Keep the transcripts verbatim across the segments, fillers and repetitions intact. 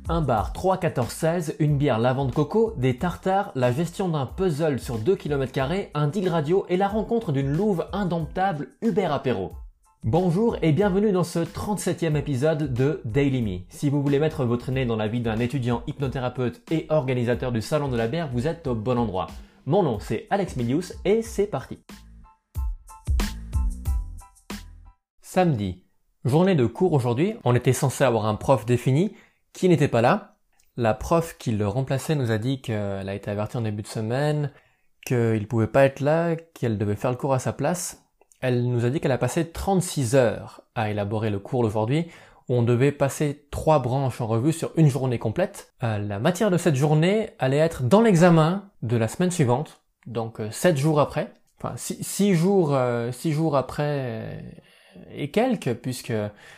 Un bar trois quatorze seize, une bière lavande coco, des tartares, la gestion d'un puzzle sur deux kilomètres carrés, un deal radio et la rencontre d'une louve indomptable Uber Apéro. Bonjour et bienvenue dans ce trente-septième épisode de Daily Me. Si vous voulez mettre votre nez dans la vie d'un étudiant hypnothérapeute et organisateur du Salon de la bière, vous êtes au bon endroit. Mon nom c'est Alex Milius et c'est parti. Samedi. Journée de cours aujourd'hui. On était censé avoir un prof défini qui n'était pas là. La prof qui le remplaçait nous a dit qu'elle a été avertie en début de semaine, qu'il pouvait pas être là, qu'elle devait faire le cours à sa place. Elle nous a dit qu'elle a passé trente-six heures à élaborer le cours d'aujourd'hui, où on devait passer trois branches en revue sur une journée complète. Euh, la matière de cette journée allait être dans l'examen de la semaine suivante, donc euh, sept jours après. Enfin, six, six jours, euh, six jours après et quelques, puisque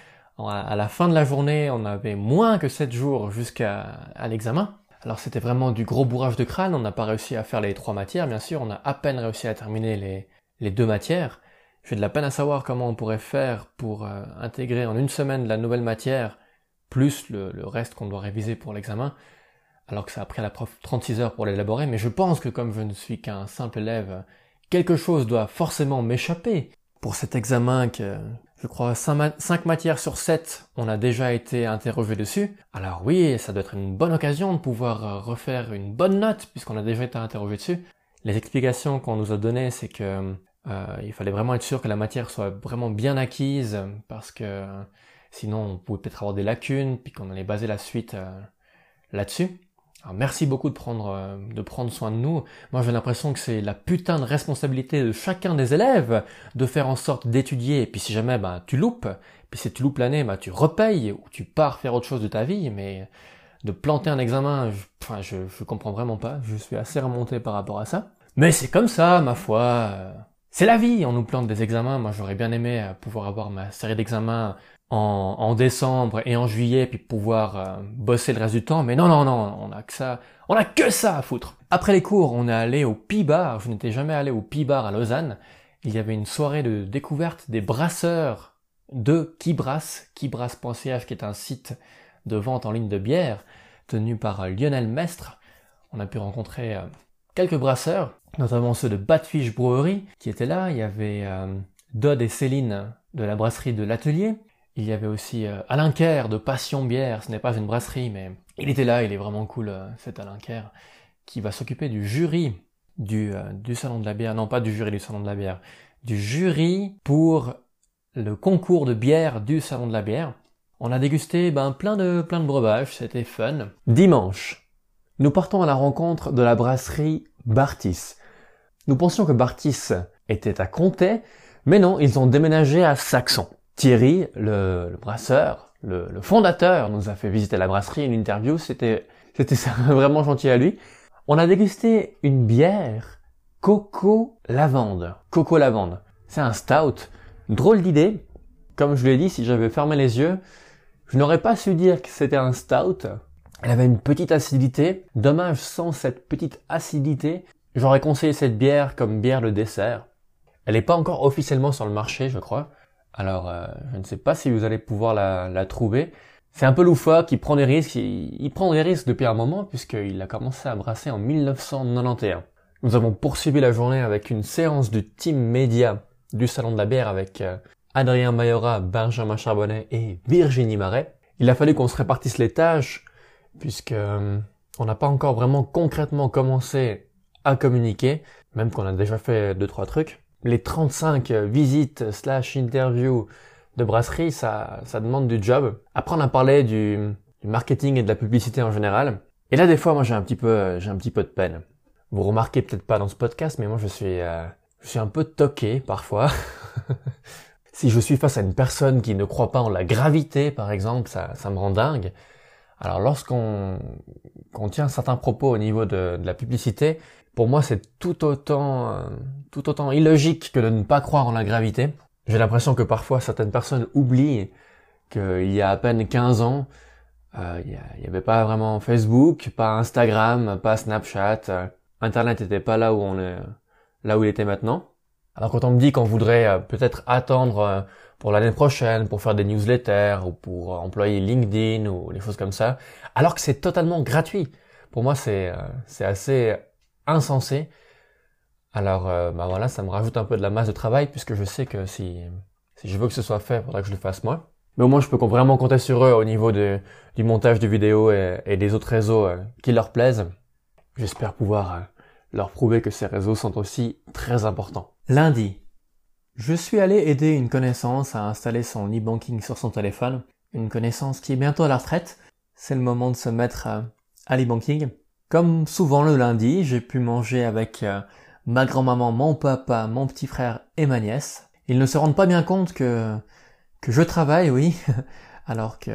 à la fin de la journée, on avait moins que sept jours jusqu'à à l'examen. Alors c'était vraiment du gros bourrage de crâne, on n'a pas réussi à faire les trois matières, bien sûr, on a à peine réussi à terminer les, les deux matières. J'ai de la peine à savoir comment on pourrait faire pour euh, intégrer en une semaine la nouvelle matière, plus le, le reste qu'on doit réviser pour l'examen, alors que ça a pris à la prof trente-six heures pour l'élaborer, mais je pense que comme je ne suis qu'un simple élève, quelque chose doit forcément m'échapper. Pour cet examen que, je crois, cinq matières sur sept, on a déjà été interrogé dessus. Alors oui, ça doit être une bonne occasion de pouvoir refaire une bonne note, puisqu'on a déjà été interrogé dessus. Les explications qu'on nous a données, c'est que euh, il fallait vraiment être sûr que la matière soit vraiment bien acquise, parce que sinon on pouvait peut-être avoir des lacunes, puis qu'on allait baser la suite euh, là-dessus. Alors merci beaucoup de prendre euh, de prendre soin de nous. Moi j'ai l'impression que c'est la putain de responsabilité de chacun des élèves de faire en sorte d'étudier. Et puis si jamais bah tu loupes, puis si tu loupes l'année, bah tu repayes ou tu pars faire autre chose de ta vie. Mais de planter un examen, je, enfin je je comprends vraiment pas. Je suis assez remonté par rapport à ça. Mais c'est comme ça, ma foi. Euh, c'est la vie. On nous plante des examens. Moi j'aurais bien aimé pouvoir avoir ma série d'examens En, en décembre et en juillet, puis pouvoir euh, bosser le reste du temps, mais non, non, non, on a que ça, on a que ça à foutre. Après les cours, on est allé au Pi-Bar, je n'étais jamais allé au Pi-Bar à Lausanne. Il y avait une soirée de découverte des brasseurs de Qui Brasse, qui brasse point c h, qui est un site de vente en ligne de bière, tenu par euh, Lionel Mestre. On a pu rencontrer euh, quelques brasseurs, notamment ceux de Badfish Brewery, qui étaient là. Il y avait euh, Dodd et Céline de la brasserie de l'Atelier. Il y avait aussi euh, Alain Kerr de Passion Bière, ce n'est pas une brasserie, mais il était là, il est vraiment cool, euh, cet Alain Kerr, qui va s'occuper du jury du, euh, du Salon de la bière, non pas du jury du Salon de la bière, du jury pour le concours de bière du Salon de la bière. On a dégusté ben, plein de plein de breuvages, c'était fun. Dimanche, nous partons à la rencontre de la brasserie Bartis. Nous pensions que Bartis était à Comté, mais non, ils ont déménagé à Saxon. Thierry, le, le brasseur, le, le fondateur, nous a fait visiter la brasserie, une interview, c'était c'était vraiment gentil à lui. On a dégusté une bière Coco Lavande. Coco Lavande. C'est un stout. Drôle d'idée. Comme je l'ai dit, si j'avais fermé les yeux, je n'aurais pas su dire que c'était un stout. Elle avait une petite acidité. Dommage, sans cette petite acidité, j'aurais conseillé cette bière comme bière de dessert. Elle n'est pas encore officiellement sur le marché, je crois. Alors, euh, je ne sais pas si vous allez pouvoir la, la trouver. C'est un peu loufoque, il prend des risques, il, il prend des risques depuis un moment puisqu'il a commencé à brasser en mille neuf cent quatre-vingt-onze. Nous avons poursuivi la journée avec une séance de team média du Salon de la bière avec euh, Adrien Mayora, Benjamin Charbonnet et Virginie Marais. Il a fallu qu'on se répartisse les tâches puisque euh, on n'a pas encore vraiment concrètement commencé à communiquer, même qu'on a déjà fait deux trois trucs. Les trente-cinq visites slash interviews de brasserie, ça, ça demande du job. Après, on a parlé du, du marketing et de la publicité en général. Et là, des fois, moi, j'ai un petit peu, j'ai un petit peu de peine. Vous remarquez peut-être pas dans ce podcast, mais moi, je suis, euh, je suis un peu toqué parfois. Si je suis face à une personne qui ne croit pas en la gravité, par exemple, ça, ça me rend dingue. Alors, lorsqu'on, qu'on tient certains propos au niveau de, de la publicité, pour moi, c'est tout autant, euh, tout autant illogique que de ne pas croire en la gravité. J'ai l'impression que parfois certaines personnes oublient qu'il y a à peine quinze ans, euh, il y avait pas vraiment Facebook, pas Instagram, pas Snapchat. Euh, Internet n'était pas là où on est, là où il était maintenant. Alors quand on me dit qu'on voudrait euh, peut-être attendre euh, pour l'année prochaine, pour faire des newsletters ou pour employer LinkedIn ou des choses comme ça, alors que c'est totalement gratuit. Pour moi, c'est euh, c'est assez insensé. Alors, euh, bah voilà, ça me rajoute un peu de la masse de travail puisque je sais que si si je veux que ce soit fait, il faudra que je le fasse moi. Mais au moins, je peux vraiment compter sur eux au niveau de du montage de vidéos et, et des autres réseaux euh, qui leur plaisent. J'espère pouvoir euh, leur prouver que ces réseaux sont aussi très importants. Lundi. Je suis allé aider une connaissance à installer son e-banking sur son téléphone. Une connaissance qui est bientôt à la retraite. C'est le moment de se mettre à, à l'e-banking. Comme souvent le lundi, j'ai pu manger avec euh, ma grand-maman, mon papa, mon petit frère et ma nièce. Ils ne se rendent pas bien compte que, que je travaille, oui. Alors que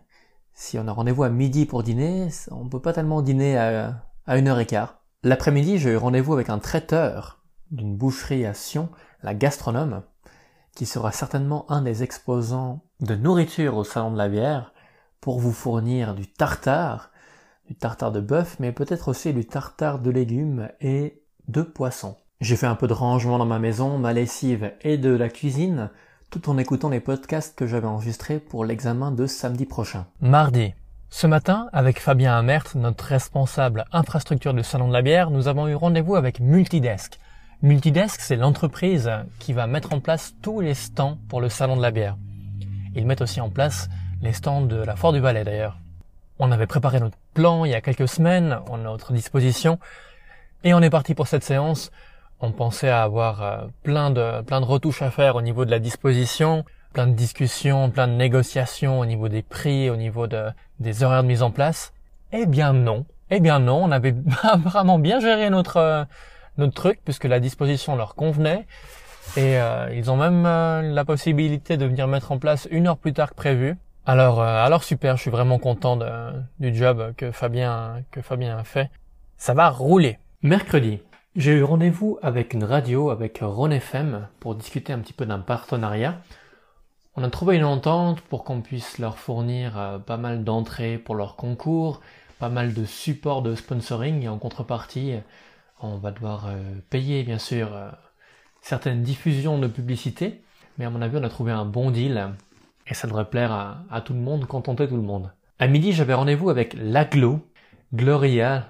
si on a rendez-vous à midi pour dîner, on peut pas tellement dîner à, à une heure et quart. L'après-midi, j'ai eu rendez-vous avec un traiteur d'une boucherie à Sion, la Gastronome, qui sera certainement un des exposants de nourriture au Salon de la Bière, pour vous fournir du tartare, du tartare de bœuf, mais peut-être aussi du tartare de légumes et de poissons. J'ai fait un peu de rangement dans ma maison, ma lessive et de la cuisine, tout en écoutant les podcasts que j'avais enregistrés pour l'examen de samedi prochain. Mardi. Ce matin, avec Fabien Amert, notre responsable infrastructure du Salon de la Bière, nous avons eu rendez-vous avec Multidesk. Multidesk, c'est l'entreprise qui va mettre en place tous les stands pour le Salon de la Bière. Ils mettent aussi en place les stands de la Foire du Valais d'ailleurs. On avait préparé notre plan il y a quelques semaines, on a notre disposition, et on est parti pour cette séance. On pensait avoir euh, plein de plein de retouches à faire au niveau de la disposition, plein de discussions, plein de négociations au niveau des prix, au niveau de des horaires de mise en place. Eh bien non, eh bien non, on avait vraiment bien géré notre euh, notre truc puisque la disposition leur convenait et euh, ils ont même euh, la possibilité de venir mettre en place une heure plus tard que prévu. Alors euh, alors super, je suis vraiment content de, du job que Fabien que Fabien a fait. Ça va rouler. Mercredi. J'ai eu rendez-vous avec une radio, avec Rhône F M, pour discuter un petit peu d'un partenariat. On a trouvé une entente pour qu'on puisse leur fournir euh, pas mal d'entrées pour leur concours, pas mal de support de sponsoring, et en contrepartie, on va devoir euh, payer bien sûr euh, certaines diffusions de publicité, mais à mon avis on a trouvé un bon deal, et ça devrait plaire à, à tout le monde, contenter tout le monde. À midi, j'avais rendez-vous avec l'Aglo, Gloria,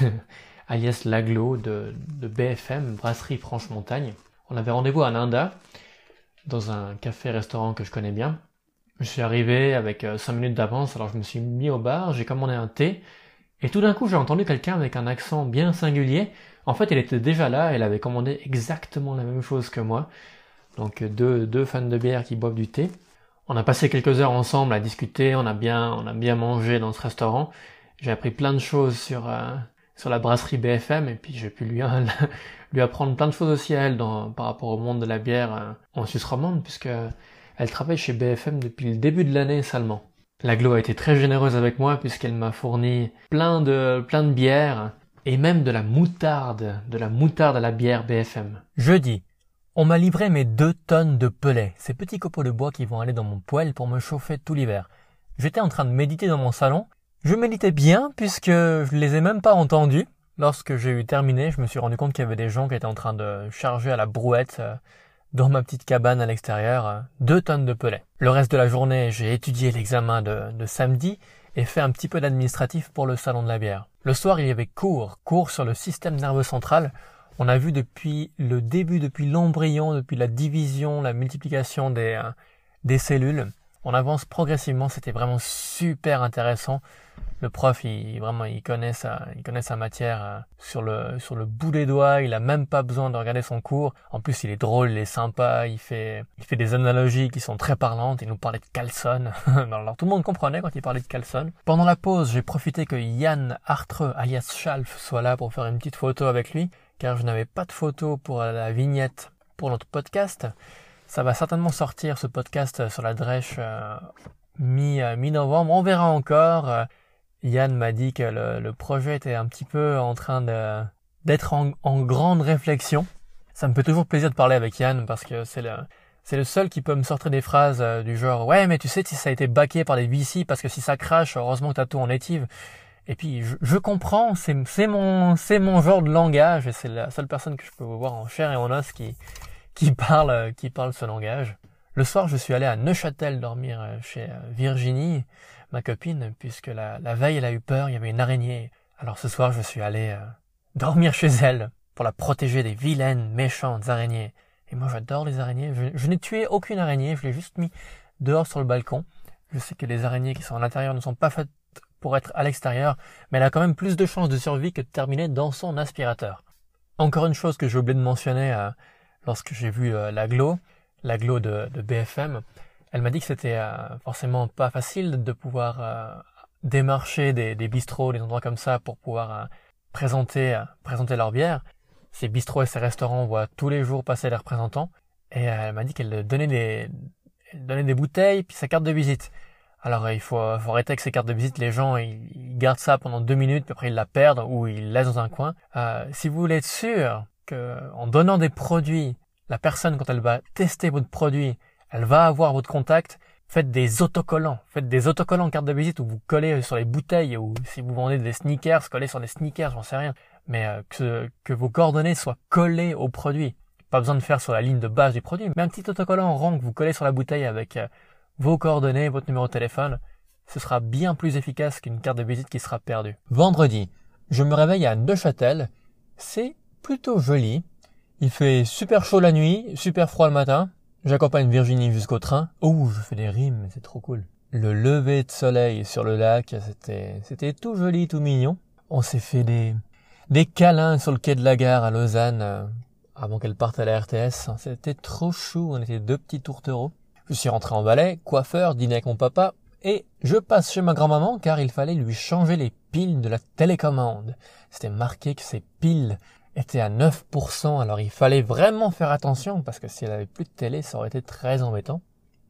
alias l'Aglo de, de B F M, Brasserie Franche-Montagne. On avait rendez-vous à Nanda, dans un café-restaurant que je connais bien. Je suis arrivé avec cinq minutes d'avance, alors je me suis mis au bar, j'ai commandé un thé, et tout d'un coup j'ai entendu quelqu'un avec un accent bien singulier. En fait, elle était déjà là, elle avait commandé exactement la même chose que moi. Donc deux, deux fans de bière qui boivent du thé. On a passé quelques heures ensemble à discuter, on a bien, on a bien mangé dans ce restaurant. J'ai appris plein de choses sur... Euh, sur la brasserie B F M, et puis j'ai pu lui, lui apprendre plein de choses aussi à elle dans, par rapport au monde de la bière euh, en Suisse romande, puisque elle travaille chez B F M depuis le début de l'année seulement. L'Aglo a été très généreuse avec moi puisqu'elle m'a fourni plein de, plein de bières, et même de la moutarde, de la moutarde à la bière B F M. Jeudi, on m'a livré mes deux tonnes de pellets, ces petits copeaux de bois qui vont aller dans mon poêle pour me chauffer tout l'hiver. J'étais en train de méditer dans mon salon. Je méditais bien puisque je les ai même pas entendus. Lorsque j'ai eu terminé, je me suis rendu compte qu'il y avait des gens qui étaient en train de charger à la brouette euh, dans ma petite cabane à l'extérieur euh, deux tonnes de pellets. Le reste de la journée, j'ai étudié l'examen de, de samedi et fait un petit peu d'administratif pour le salon de la bière. Le soir, il y avait cours, cours sur le système nerveux central. On a vu depuis le début, depuis l'embryon, depuis la division, la multiplication des, euh, des cellules. On avance progressivement, c'était vraiment super intéressant. Le prof, il vraiment, il connaît sa, il connaît sa matière euh, sur le sur le bout des doigts. Il a même pas besoin de regarder son cours. En plus, il est drôle, il est sympa. Il fait, il fait des analogies qui sont très parlantes. Il nous parlait de Caleçon. Alors tout le monde comprenait quand il parlait de Caleçon. Pendant la pause, j'ai profité que Yann Artreux, alias Schalf, soit là pour faire une petite photo avec lui, car je n'avais pas de photo pour la vignette pour notre podcast. Ça va certainement sortir ce podcast sur la Drèche euh, mi euh, mi-novembre. On verra encore. Euh, Yann m'a dit que le, le projet était un petit peu en train de d'être en, en grande réflexion. Ça me fait toujours plaisir de parler avec Yann parce que c'est le c'est le seul qui peut me sortir des phrases euh, du genre ouais mais tu sais si ça a été backé par les V C parce que si ça crache heureusement que t'as tout en native. Et puis je, je comprends, c'est c'est mon c'est mon genre de langage et c'est la seule personne que je peux voir en chair et en os qui qui parle qui parle ce langage. Le soir, je suis allé à Neuchâtel dormir chez Virginie, ma copine, puisque la, la veille, elle a eu peur, il y avait une araignée. Alors ce soir, je suis allé euh, dormir chez elle pour la protéger des vilaines, méchantes araignées. Et moi, j'adore les araignées. Je, je n'ai tué aucune araignée, je l'ai juste mis dehors sur le balcon. Je sais que les araignées qui sont à l'intérieur ne sont pas faites pour être à l'extérieur, mais elle a quand même plus de chances de survie que de terminer dans son aspirateur. Encore une chose que j'ai oublié de mentionner euh, lorsque j'ai vu euh, l'aglo, l'aglo de, de B F M, elle m'a dit que c'était euh, forcément pas facile de pouvoir euh, démarcher des, des bistrots, des endroits comme ça pour pouvoir euh, présenter, euh, présenter leur bière. Ces bistrots et ces restaurants voient tous les jours passer les représentants et euh, elle m'a dit qu'elle donnait des, elle donnait des bouteilles puis sa carte de visite. Alors il faut, faut arrêter avec ces cartes de visite, les gens ils, ils gardent ça pendant deux minutes puis après ils la perdent ou ils la laissent dans un coin. Euh, si vous voulez être sûr que en donnant des produits, la personne quand elle va tester votre produit, elle va avoir votre contact, faites des autocollants, faites des autocollants carte de visite où vous collez sur les bouteilles ou si vous vendez des sneakers, collez sur des sneakers, j'en sais rien, mais euh, que, que vos coordonnées soient collées au produit. Pas besoin de faire sur la ligne de base du produit, mais un petit autocollant en rang que vous collez sur la bouteille avec euh, vos coordonnées, votre numéro de téléphone, ce sera bien plus efficace qu'une carte de visite qui sera perdue. Vendredi, je me réveille à Neuchâtel. C'est plutôt joli. Il fait super chaud la nuit, super froid le matin. J'accompagne Virginie jusqu'au train. Oh, je fais des rimes, c'est trop cool. Le lever de soleil sur le lac, c'était, c'était tout joli, tout mignon. On s'est fait des, des câlins sur le quai de la gare à Lausanne, euh, avant qu'elle parte à la R T S. C'était trop chou, on était deux petits tourtereaux. Je suis rentré en Valais, coiffeur, dîner avec mon papa, et je passe chez ma grand-maman car il fallait lui changer les piles de la télécommande. C'était marqué que ces piles étaient à neuf pour cent, alors il fallait vraiment faire attention parce que si elle avait plus de télé, ça aurait été très embêtant.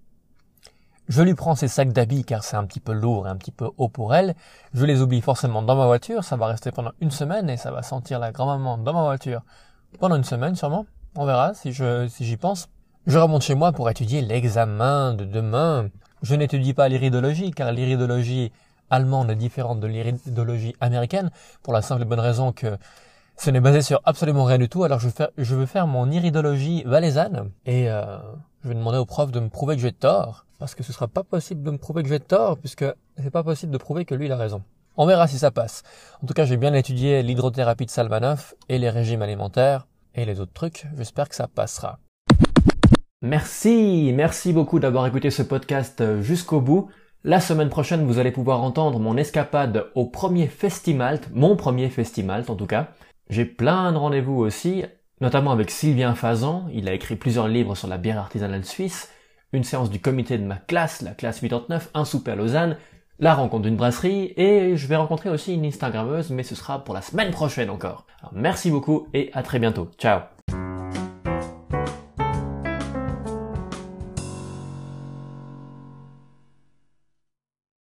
Je lui prends ses sacs d'habits car c'est un petit peu lourd et un petit peu haut pour elle. Je les oublie forcément dans ma voiture, ça va rester pendant une semaine et ça va sentir la grand-maman dans ma voiture pendant une semaine sûrement. On verra si je, si j'y pense. Je remonte chez moi pour étudier l'examen de demain. Je n'étudie pas l'iridologie, car l'iridologie allemande est différente de l'iridologie américaine, pour la simple et bonne raison que ce n'est basé sur absolument rien du tout. Alors je veux faire, je veux faire mon iridologie valaisanne, et euh, je vais demander au prof de me prouver que j'ai tort, parce que ce sera pas possible de me prouver que j'ai tort, puisque c'est pas possible de prouver que lui il a raison. On verra si ça passe. En tout cas, j'ai bien étudié l'hydrothérapie de Salmanov, et les régimes alimentaires, et les autres trucs. J'espère que ça passera. Merci, merci beaucoup d'avoir écouté ce podcast jusqu'au bout. La semaine prochaine, vous allez pouvoir entendre mon escapade au premier Festimalt, mon premier Festimalt en tout cas. J'ai plein de rendez-vous aussi, notamment avec Sylvain Fazan, il a écrit plusieurs livres sur la bière artisanale suisse, une séance du comité de ma classe, la classe quatre-vingt-neuf, un souper à Lausanne, la rencontre d'une brasserie, et je vais rencontrer aussi une Instagrammeuse, mais ce sera pour la semaine prochaine encore. Alors merci beaucoup et à très bientôt. Ciao.